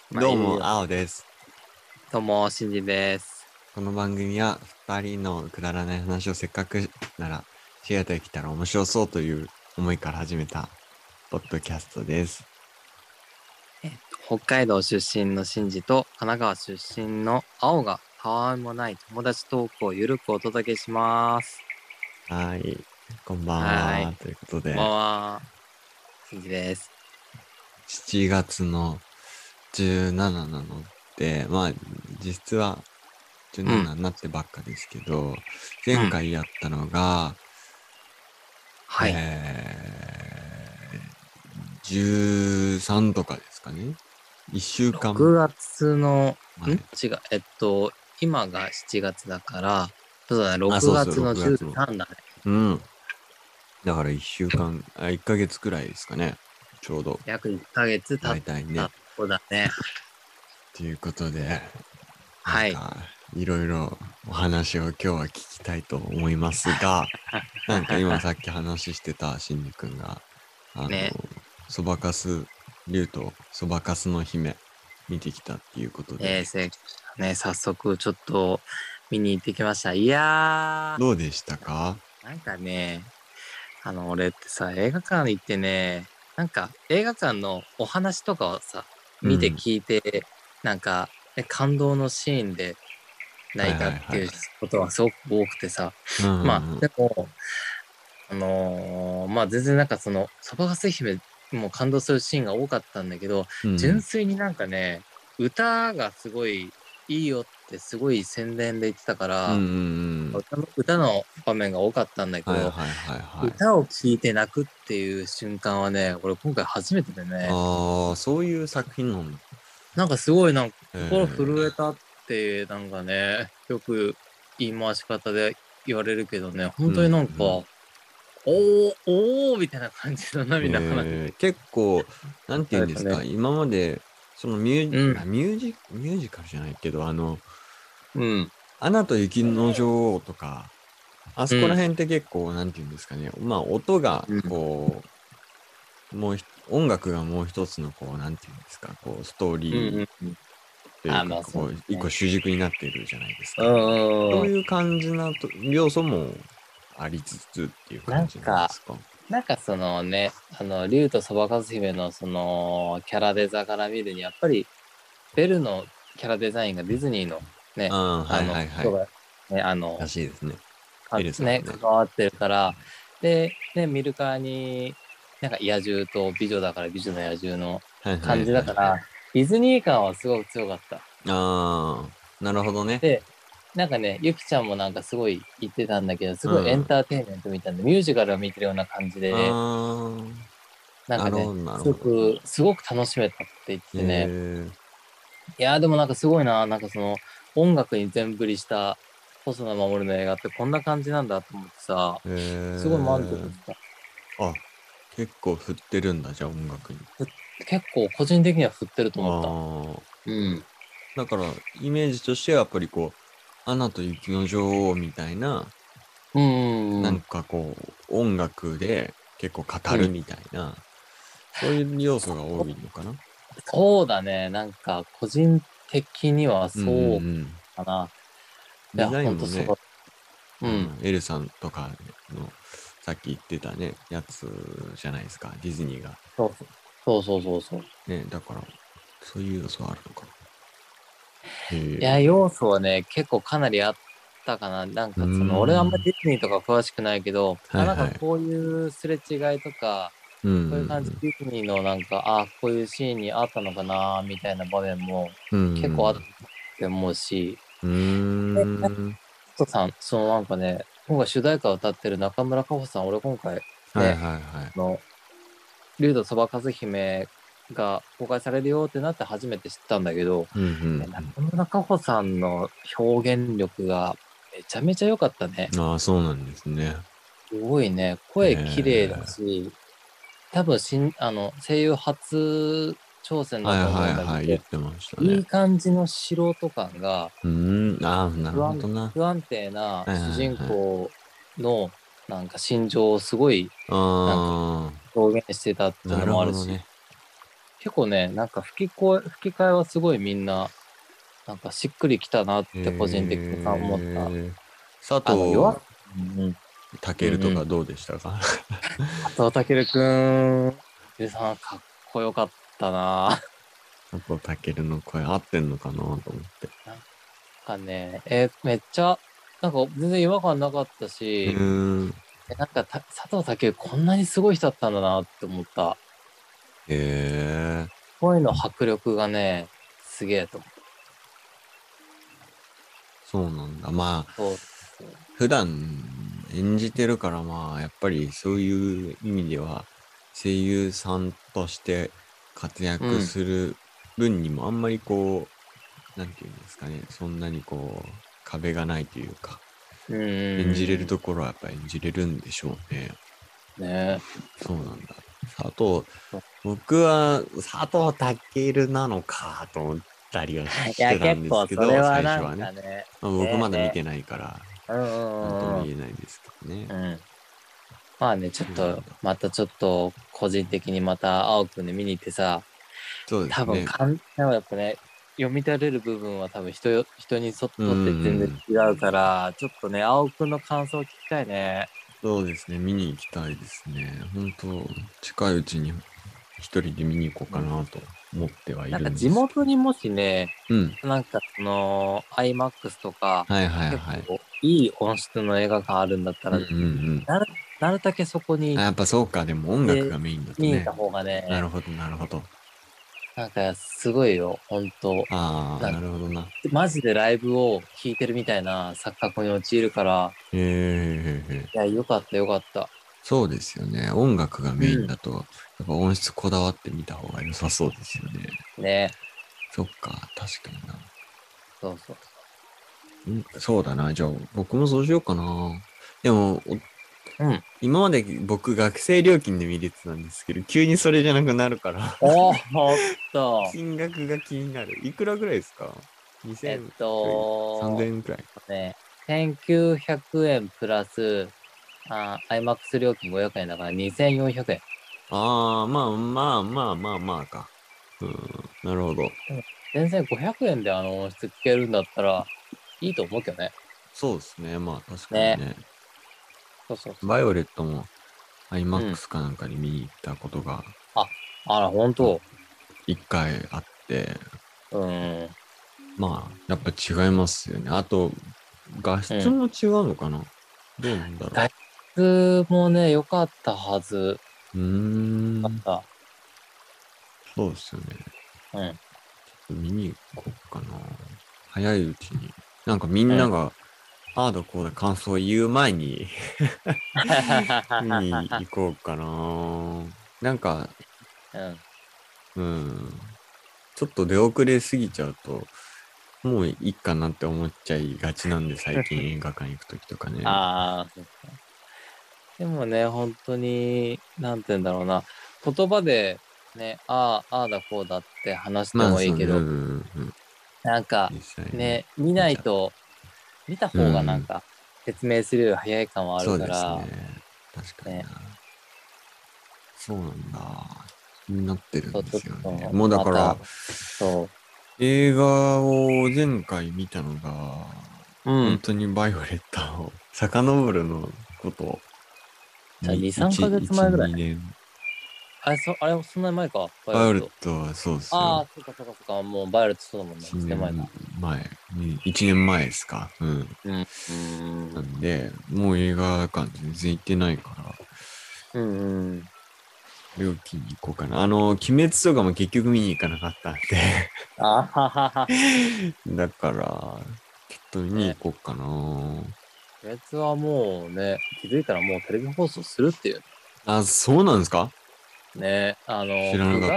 どうも、 いいよ。 青です。 どうも、しんじです。 この番組は、二人のくだらない話をせっかくなら、シェアできたら面白そうという思いから始めた、ポッドキャストです。 北海道出身のしんじと神奈川出身の青がたわいもない友達トークをゆるくお届けします。 はい。こんばんはい。 は。ということこんばんで、 は。しんじです。 7月の17なので、まあ、実質はうん。 17になってばっかですけど、 うん。 前回やったのが、 はい。 13とかですかね。1週間 6月の、 前。 違う。今が7月だから、そうだね、 あ、 6 そうそう、 月の 6月の。 13だね。 うん。だから1ヶ月くらいですかね。ちょうど。 約1ヶ月経だっいたいね。 たとこだね。 ということで、なんはい。 か、いろいろお話を今日は聞きたいと思いますが、なんか今さっき話してたしんじ君が、あの、 ね。 そばかす、竜とそばかすの姫見てきたっていうことで、 早速ちょっと見に行ってきました。いやどうでしたか？ ー、なんかね、俺ってさ、映画館行ってね、なんか映画館のお話とかをさ、見てうん。 聞いて、感動のシーンではい泣いたっていうはいはい。 ことがすごく多くてさ、 うんうんうん。 でも、全然そばかす姫も感動するシーンが多かったんだけど、純うん粋になんかね、歌がすごいいいよってすごい宣伝で言ってたかうん。うんら、 うんうん。 歌の場面が多かったんだけど、 はいはいはいはい。 歌を聴いて泣くっていう瞬間はね、俺今回初めてでね、 ああ、そういう作品なんだ。 なんかすごい心震ええたってなんかね、よく言い回し方で言われるけどね、 うんう本当にん。 おーみたいな感じの涙が結構、なんて言うんですか、 流れたね。 今まで、そのうん、 ミュージカルじゃないけど、 うん、 アナと雪の女王とか、あそこらうん、 辺って結構、なんて言うんですかね、まあ、音が、 うん、 音楽がもう一つの、なんて言うんですか、ストーうん、 リーうん。 というか、 そう一個ね。 主軸になっているじゃないですうか。そうん、うん。 いう感じな要素もありつつっていうな感じなんでんか、 すか？ そのね、竜とそばかす姫のその、キャラデザから見るに、やっぱり、ベルのキャラデザインがディズニーのね、 ああ、はいはいはい。 人が、ね、 らしいですね。エルさんね。 関わってるから、で、ね、見るからに、なんか野獣と美女だから美女の野獣のはいは感いはいはい。 じだから、ディズニー感はすごく強かった。 ああ、なるほどね。 で、なんかね、ゆきちゃんもなんかすごい言ってたんだけど、すごいエンうん。 ターテインメントみたいな、ミュージカルを見てるような感じで、 ああ、なるほどなるほど。 すごく楽しめたって言っててね。 えいやーでもなんかすごいな、音楽に全振りした細田守の映画ってこんな感じなんだと思ってさ、すごい満足した。 あ、結構振ってるんだ、じゃあ音楽に。 結構個人的には振ってると思った。 ああ、 うん。 だから、イメージとしてはやっぱりアナと雪の女王みたいな、 うん、うん、 音楽で結構語うん。 るみたいな、そういう要素が多いのかな？ そうだね。個人的にはうんうんそううん。 かな。いデや、ほザインもね、 んとそう。うん。 エルさんとかの、さっき言ってたね、やつじゃないですか、ディズニーが。 そうそう。そうそうそうそう。 ね、だから、そういう要素あるのかな。 いや、 へえ。 要素はね、結構かなりあったかな。 うー俺あんまん。 ディズニーとか詳しくないけど、なんかはいはい。 こういうすれ違いとか、 うんうこういう感じ、 んディズニーのこういうシーンにあったのかな、みたいな場面もうん。う結構あったんって思うし、 うん。 え、トさん、今回主題歌を歌ってる中村佳穂さん、俺今回はいね、 はいはい。 あの、竜とそばかす姫が公開されるよってなって初めて知ったんだけど、 うんうん中村佳穂さんの表現力がめちゃめちゃ良かったね。 うん。ああ、そうなんですね。 すごいね、 へ声綺麗だえ。 し、多分声優初挑戦はいだと思うんはいはい、言っだけど、 てましたね。 いい感じの素人感がうーん、ああ、なるほどな。 不安定なはいはい主人はい。 公の心情をすごいなんかああ、 表現してたっていうなのもあるし、 るほどね。 結構ね、なんか吹き替えはすごいみんな、なんかしっくりきたなって個人的に思った。 佐弱っ、 藤うんうん、うんうん。 健とかどうでしたか？ 佐藤健くんでさ、かっこよかったな。 佐藤健の声合ってんのかなと思って。 なんかね、めっちゃ、なんか全然違和感なかったうし、 ーん。 なんか佐藤健こんなにすごい人だったんだなって思った。 へえ、 声の迫力がね、すげえと思う。 そうなんだ。まあ、 そうそう。 普段演じてるからまあ、やっぱりそういう意味では、声優さんとして活躍うん。 する分にもあんまりこう、なんていうんですかね、そんなにこう、壁がないというか、 うん演じれるうんところはやっぱ演じれるんでしょうね。 うん。ねそうなんだ。佐藤、 そう。 僕は佐藤健なのかと思ったりはいや、 してたん結構それですけど、 はなん最初はね。 かね、 まあ、僕まだ見ねてないから、 うんうなんともんうん言えないですけどね。 うん。うん。まあね、ちょっと、 そうなんだ。 またちょっと、個人的にまた、青くんで見に行ってさ、 そうですね。 でもやっぱね、読み取れる部分は多分人にうんとって全然うん。 違うから、ちょっとね、青くんの感想を聞きたいね。 そうですね。見に行きたいですね。本当近いうちに一人で見に行こううん。 かなと思ってはいなんかるんですけど。 地元にもしね、 うん。 なんかIMAX とか、 はいはい結はい。 構いい音質の映画館あるんだったら、 うんうんうん。 なる、なるだけそこにあ、 行っやっぱそうか。でも音楽てがメインだとね。 見に行った方がね、 なるほど、なるほど。 なんかすごいよ、本当ああ、 なんかなるほどな。 マジでライブを聴いてるみたいな錯覚に陥るから、いや、よかったよかった。 そうですよね。音楽がメインうん。 だと、やっぱ音質こだわってみた方が良さそうですよね。 ね。 そっか、確かにな。 そうそうそうだな。じゃあ、僕もそうしようかな。でも、 そう。うん。 今まで僕学生料金で見れてたんですけど、急にそれじゃなくなるからおっと。 金額が気になる。いくらぐらいですか？ えっ 2000 ちょい、3000 と、 円くらい。 ね、1900円プラス、IMAX 料金500円だから2400円。 ああ、まあまあまあまあまあか。うん、なるほど。 うん。全然500円であの音質聞けるんだったらいいと思うけどね。 そうですね。まあ確かにね。 ね。 そうそうそバイオレットもう。うん。 IMAX かなんかに見に行ったことが、 あ、あら、本そう、 当。 一回あって、 うん。 まあ、やっぱ違いますよね。あと、画うん。 質も違うのかな？どうなんだろ画質もね、良かったはず。 う。うーん、 あった。 そうですよね。 うん。 見に行こうかな。早いうちに。なんかみうん。 んなが、ああだこうだ感想を言う前に見に行こうかな。なんか、 うん。 うん、ちょっと出遅れすぎちゃうと、もういいかなって思っちゃいがちなんで、最近映画館行くときとかね。 ああ、そっか。でもね、本当に、なんて言うんだろうな。言葉でね、ああだこうだって話してまあ、そうね、うんもいいけど、 うんうん。 なんか、 実際にね、見見ちゃう。 ないと、見たう方がなんん、 か、説明するより早い感はあるそうですね。 から、 確かにね、 な。そうなんだ。気になってるんでちょっすよね。 と、 もうだまた、 から、 そ映画を前回見たのが、 う。うん。 本当にバイオレットを遡るのこと、 じゃあ、2、3ヶ月 1、 前ぐらい。 2年。 あれ、そんなに前か、バイオバイオレッレット。 トはそうですよ。 ああ、そっかそっかそっか、もうバイオレットそうだもんね。 1 1年前か。 年前、1年前ですか。うん。 うん。うん。 なんで、もう映画館全然行ってないから、 うん。うん。 料金に行こうかな。鬼滅とかも結局見に行かなかったんであははは。 だから、ちょっと見にね。 行こうかな。 鬼滅はもうね、気づいたらもうテレビ放送するっていう。 あ、そうなんですか？ ね、 知らなかった。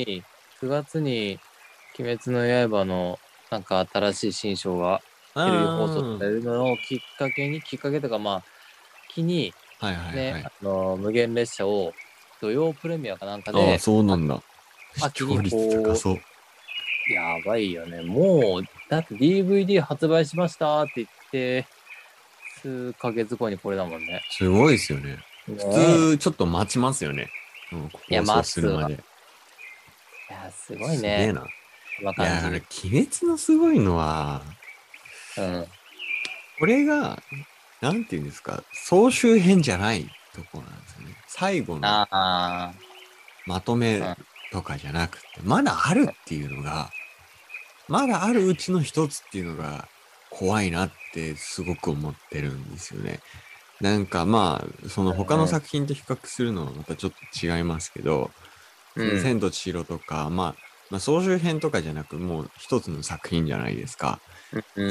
9月に、鬼滅の刃の、なんか新しい新章があテレビ放送されー、 るのをきっかけとか、まあ、機に、 はいはいね、 はい。 無限列車を土曜プレミアかなんかああ、 で、 そうなんだ。視秋に聴率高こそう。 う、やばいよね。もう、だって DVD 発売しましたって言って、数ヶ月後にこれだもんね。 すごいですよね。普ねえ。 通、ちょっと待ちますよね。うん、 いや、 放送待つわ。 するまで。 いや、すごいすげね。 えな。 こんないや、 感じ。 鬼滅のすごいのは、 うん。 これが、なんていうんですか、総集編じゃないとこなんですよね。最後のあまとめあ、 とかじゃなくて、まだあるっていうのが、まだあるうちの一つっていうのが怖いなってすごく思ってるんですよね。なんかまあ、その他の作品と比較するのはまたちょっと違いますけど、 うん。 そのうん。 千と千尋とか、まあ総集編とかじゃなくもう一つの作品じゃないですか。 うん。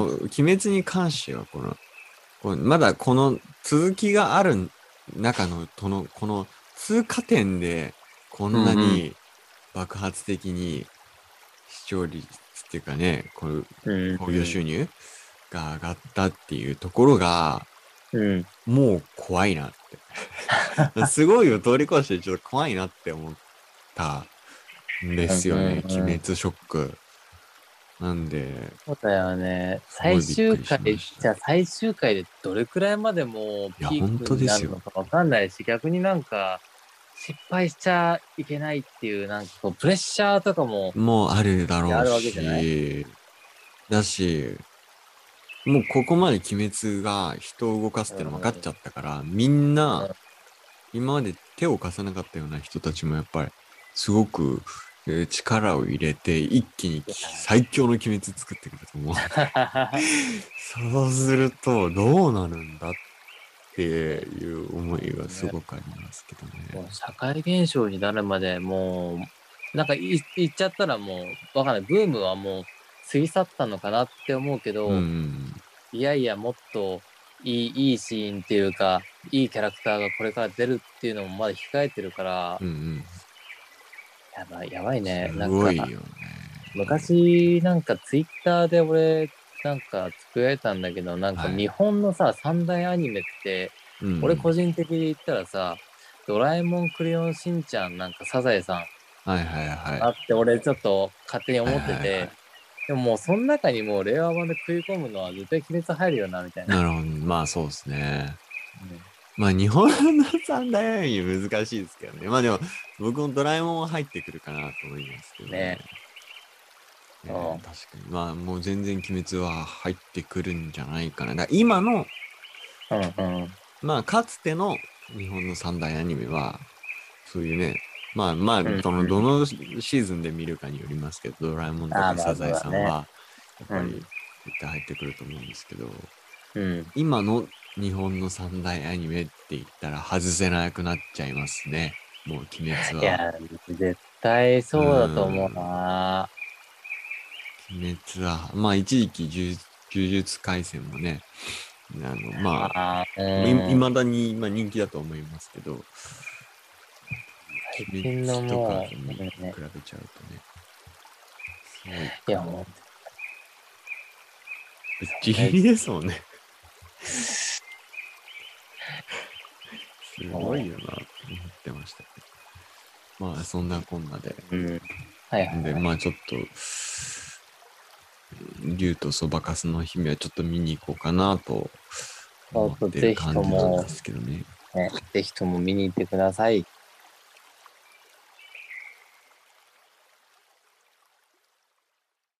その、鬼滅に関してはまだこの続きがある中の、この通過点でこんうん。うん。 なに爆発的に視聴率っていうかね、こううん。 興行収入が上がったっていうところが、 うん。 もう怖いなって。すごいを通り越してちょっと怖いなって思ったんでうん。 すよね。鬼うん。 滅ショック。なんで、 そうだよね。 すご最いびっくりし終回、 ました。 じゃあ最終回でどれくらいまでもういや、 ピー本クになる当ですよ。 のかわかんないし、逆になんか失敗しちゃいけないっていう、なんかこう、プレッシャーとかももうあるだろうあるわけじゃない？ し、だし、もうここまで鬼滅が人を動かすっうん。 ての分かっちゃったから、みんな、 うん。 今まで手を貸さなかったような人たちもやっぱり、すごく、力を入れて、一気にいや。 最強の鬼滅作ってくると思う。そうすると、どうなるんだっていう思いがすね、 ごくありますけどね。 もう社会現象になるまでもう、なんか言っちゃったらもう、わかんない。ブームはもう過ぎ去ったのかなって思うけうんうど、 ん。 いやいや、もっといいシーンっていうか、いいキャラクターがこれから出るっていうのもまだ控えてるから、 うんうん。 やばいね。 すなんか、 ごいよね。 昔、なんかツイッターで俺、なんかつぶやいたんだけど、なんかはい。 日本のさ、三大アニメって、 うんうん。 俺個人的に言ったらさ、ドラえもん、クレヨンしんちゃん、なんかサザエさん、 はいはいはい。 あって俺ちょっと勝手にはい思ってて、 はいはい。 でももうその中にもう令和版で食い込むのは絶対鬼滅入るよな、みたいな。 なるほど。まあそうですね。 うん、 まあ日本の三大アニメ難しいですけどね。まあでも僕もドラえもんは入ってくるかなと思いますけどね。 ね。うん。 確かに。まあもう全然鬼滅は入ってくるんじゃないかな。今の、 うんうん。 まあかつての日本の三大アニメは、そういうね、まあまあ、 うんうん。 どのシーズンで見るかによりますけど、ドラえもんとああ、まあかサザエそうだね。 さんは、やっぱりうん。 絶対入ってくると思うんですけど、 うん。 今の日本の三大アニメって言ったら外せなくなっちゃいますね。もう鬼滅は。 いや、絶対うーそうだと思うん。 な。 鬼滅は、まあ一時期呪術廻戦もね、まあ、 ああ、ういーん。 まだに、まあ、人気だと思いますけど、鬼滅最近のとかもう、 と比ね、 べちゃうとね、すごいいやかな。 もぶっう、ね、 ちぎりですもんね。すごいもよなって思ってましたけど。まあ、そんなこんなで。 う、うん。はいはいで、 はい。 まあちょっと、竜とそばかすの姫はちょっと見に行こうかなとそうそう、 思ってるぜひと感じなんでも、 すけどね。 ね、ぜひとも見に行ってください。